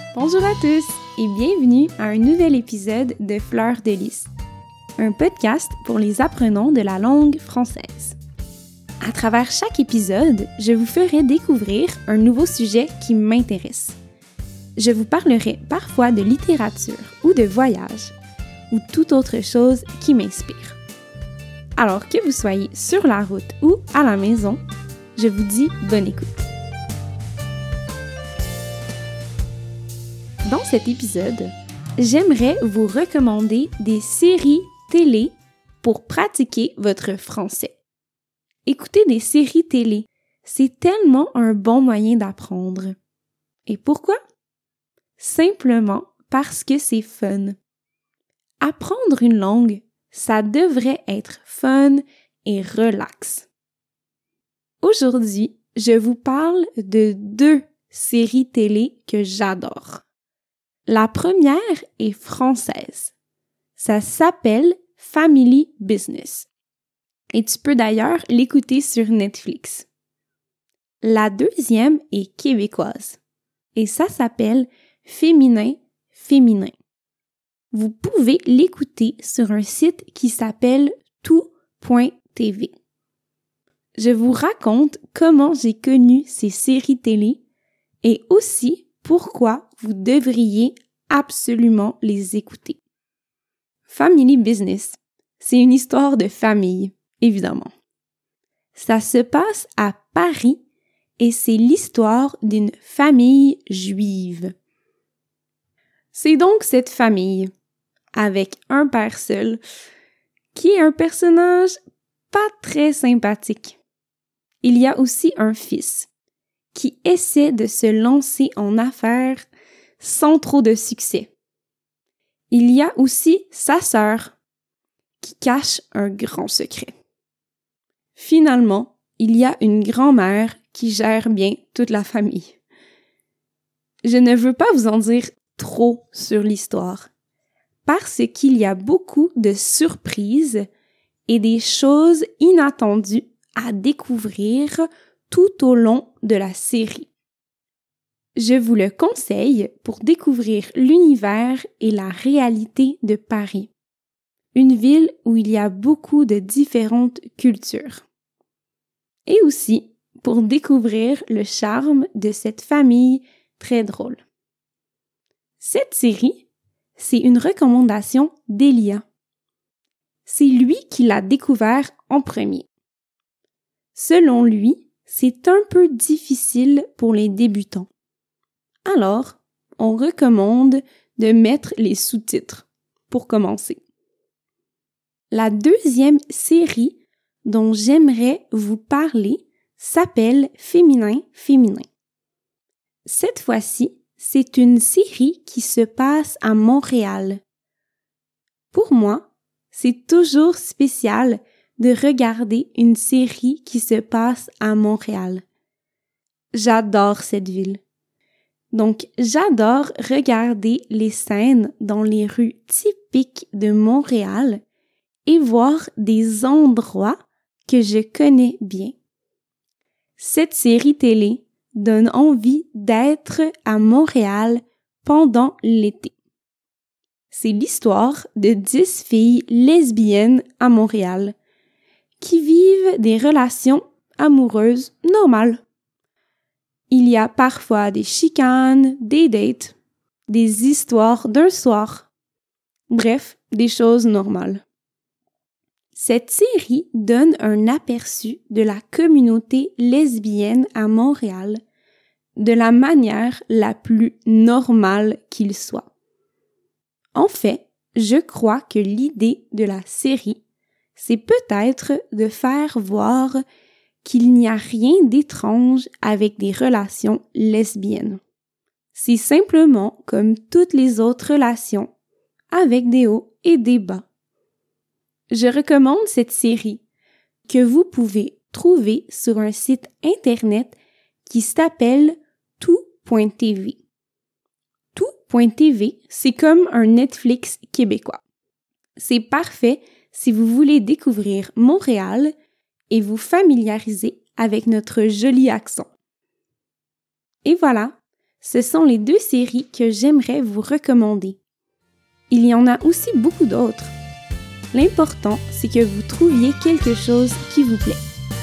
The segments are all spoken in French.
Bonjour à tous et bienvenue à un nouvel épisode de Fleurs de Lys, un podcast pour les apprenants de la langue française. À travers chaque épisode, je vous ferai découvrir un nouveau sujet qui m'intéresse. Je vous parlerai parfois de littérature ou de voyage ou toute autre chose qui m'inspire. Alors que vous soyez sur la route ou à la maison, je vous dis bonne écoute. Dans cet épisode, j'aimerais vous recommander des séries télé pour pratiquer votre français. Écouter des séries télé, c'est tellement un bon moyen d'apprendre. Et pourquoi? Simplement parce que c'est fun. Apprendre une langue, ça devrait être fun et relax. Aujourd'hui, je vous parle de 2 séries télé que j'adore. La première est française. Ça s'appelle Family Business. Et tu peux d'ailleurs l'écouter sur Netflix. La deuxième est québécoise. Et ça s'appelle Féminin. Vous pouvez l'écouter sur un site qui s'appelle tout.tv. Je vous raconte comment j'ai connu ces séries télé et aussi pourquoi vous devriez absolument les écouter. Family Business, c'est une histoire de famille, évidemment. Ça se passe à Paris et c'est l'histoire d'une famille juive. C'est donc cette famille, avec un père seul, qui est un personnage pas très sympathique. Il y a aussi un fils qui essaie de se lancer en affaires sans trop de succès. Il y a aussi sa sœur qui cache un grand secret. Finalement, il y a une grand-mère qui gère bien toute la famille. Je ne veux pas vous en dire trop sur l'histoire, parce qu'il y a beaucoup de surprises et des choses inattendues à découvrir tout au long de la série. Je vous le conseille pour découvrir l'univers et la réalité de Paris, une ville où il y a beaucoup de différentes cultures. Et aussi pour découvrir le charme de cette famille très drôle. Cette série, c'est une recommandation d'Elia. C'est lui qui l'a découvert en premier. Selon lui, c'est un peu difficile pour les débutants. Alors, on recommande de mettre les sous-titres pour commencer. La deuxième série dont j'aimerais vous parler s'appelle Féminin. Cette fois-ci, c'est une série qui se passe à Montréal. Pour moi, c'est toujours spécial de regarder une série qui se passe à Montréal. J'adore cette ville. Donc, j'adore regarder les scènes dans les rues typiques de Montréal et voir des endroits que je connais bien. Cette série télé donne envie d'être à Montréal pendant l'été. C'est l'histoire de 10 filles lesbiennes à Montréal qui vivent des relations amoureuses normales. Il y a parfois des chicanes, des dates, des histoires d'un soir. Bref, des choses normales. Cette série donne un aperçu de la communauté lesbienne à Montréal de la manière la plus normale qu'il soit. En fait, je crois que l'idée de la série, c'est peut-être de faire voir qu'il n'y a rien d'étrange avec des relations lesbiennes. C'est simplement comme toutes les autres relations, avec des hauts et des bas. Je recommande cette série que vous pouvez trouver sur un site internet qui s'appelle tout.tv. Tout.tv, c'est comme un Netflix québécois. C'est parfait si vous voulez découvrir Montréal et vous familiariser avec notre joli accent. Et voilà, Ce sont les 2 séries que j'aimerais vous recommander. Il y en a aussi beaucoup d'autres. L'important, c'est que vous trouviez quelque chose qui vous plaît.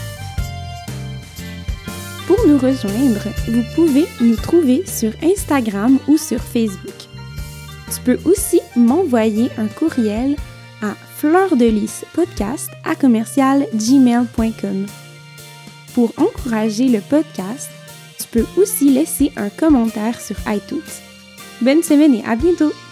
Pour nous rejoindre, vous pouvez nous trouver sur Instagram ou sur Facebook. Tu peux aussi m'envoyer un courriel à fleurdelisspodcast@gmail.com. Pour encourager le podcast, tu peux aussi laisser un commentaire sur iTunes. Bonne semaine et à bientôt!